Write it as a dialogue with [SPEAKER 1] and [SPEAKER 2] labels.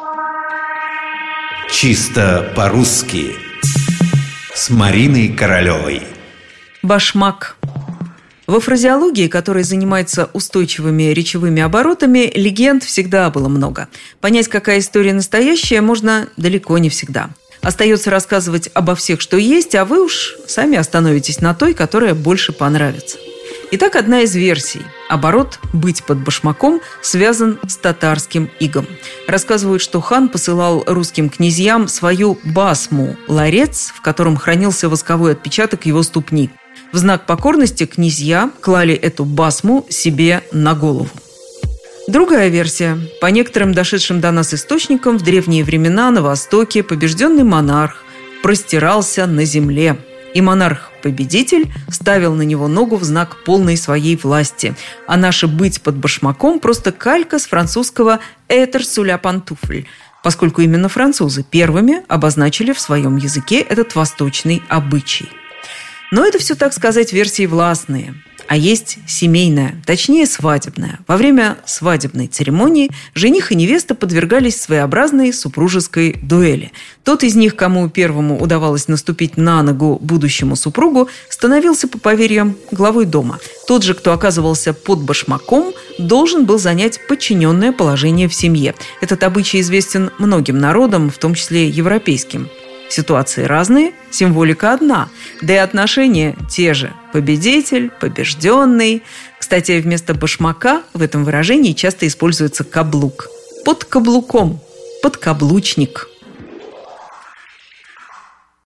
[SPEAKER 1] Чисто по-русски с Мариной Королевой.
[SPEAKER 2] Башмак. Во фразеологии, которая занимается устойчивыми речевыми оборотами, легенд всегда было много. Понять, какая история настоящая, можно далеко не всегда. Остается рассказывать обо всех, что есть, а вы уж сами остановитесь на той, которая больше понравится. Итак, одна из версий. Оборот «быть под башмаком» связан с татарским игом. Рассказывают, что хан посылал русским князьям свою басму – ларец, в котором хранился восковой отпечаток его ступни. В знак покорности князья клали эту басму себе на голову. Другая версия. По некоторым дошедшим до нас источникам, в древние времена на Востоке побежденный монарх простирался на земле. И монарх-победитель ставил на него ногу в знак полной своей власти. А наше «быть под башмаком» просто калька с французского «être sous la pantoufle», поскольку именно французы первыми обозначили в своем языке этот восточный обычай. Но это все, так сказать, версии властные. А есть семейная, точнее свадебная. Во время свадебной церемонии жених и невеста подвергались своеобразной супружеской дуэли. Тот из них, кому первому удавалось наступить на ногу будущему супругу, становился, по поверьям, главой дома. Тот же, кто оказывался под башмаком, должен был занять подчиненное положение в семье. Этот обычай известен многим народам, в том числе европейским. Ситуации разные, символика одна, да и отношения те же. Победитель, побежденный. Кстати, вместо башмака в этом выражении часто используется каблук. Под каблуком, подкаблучник.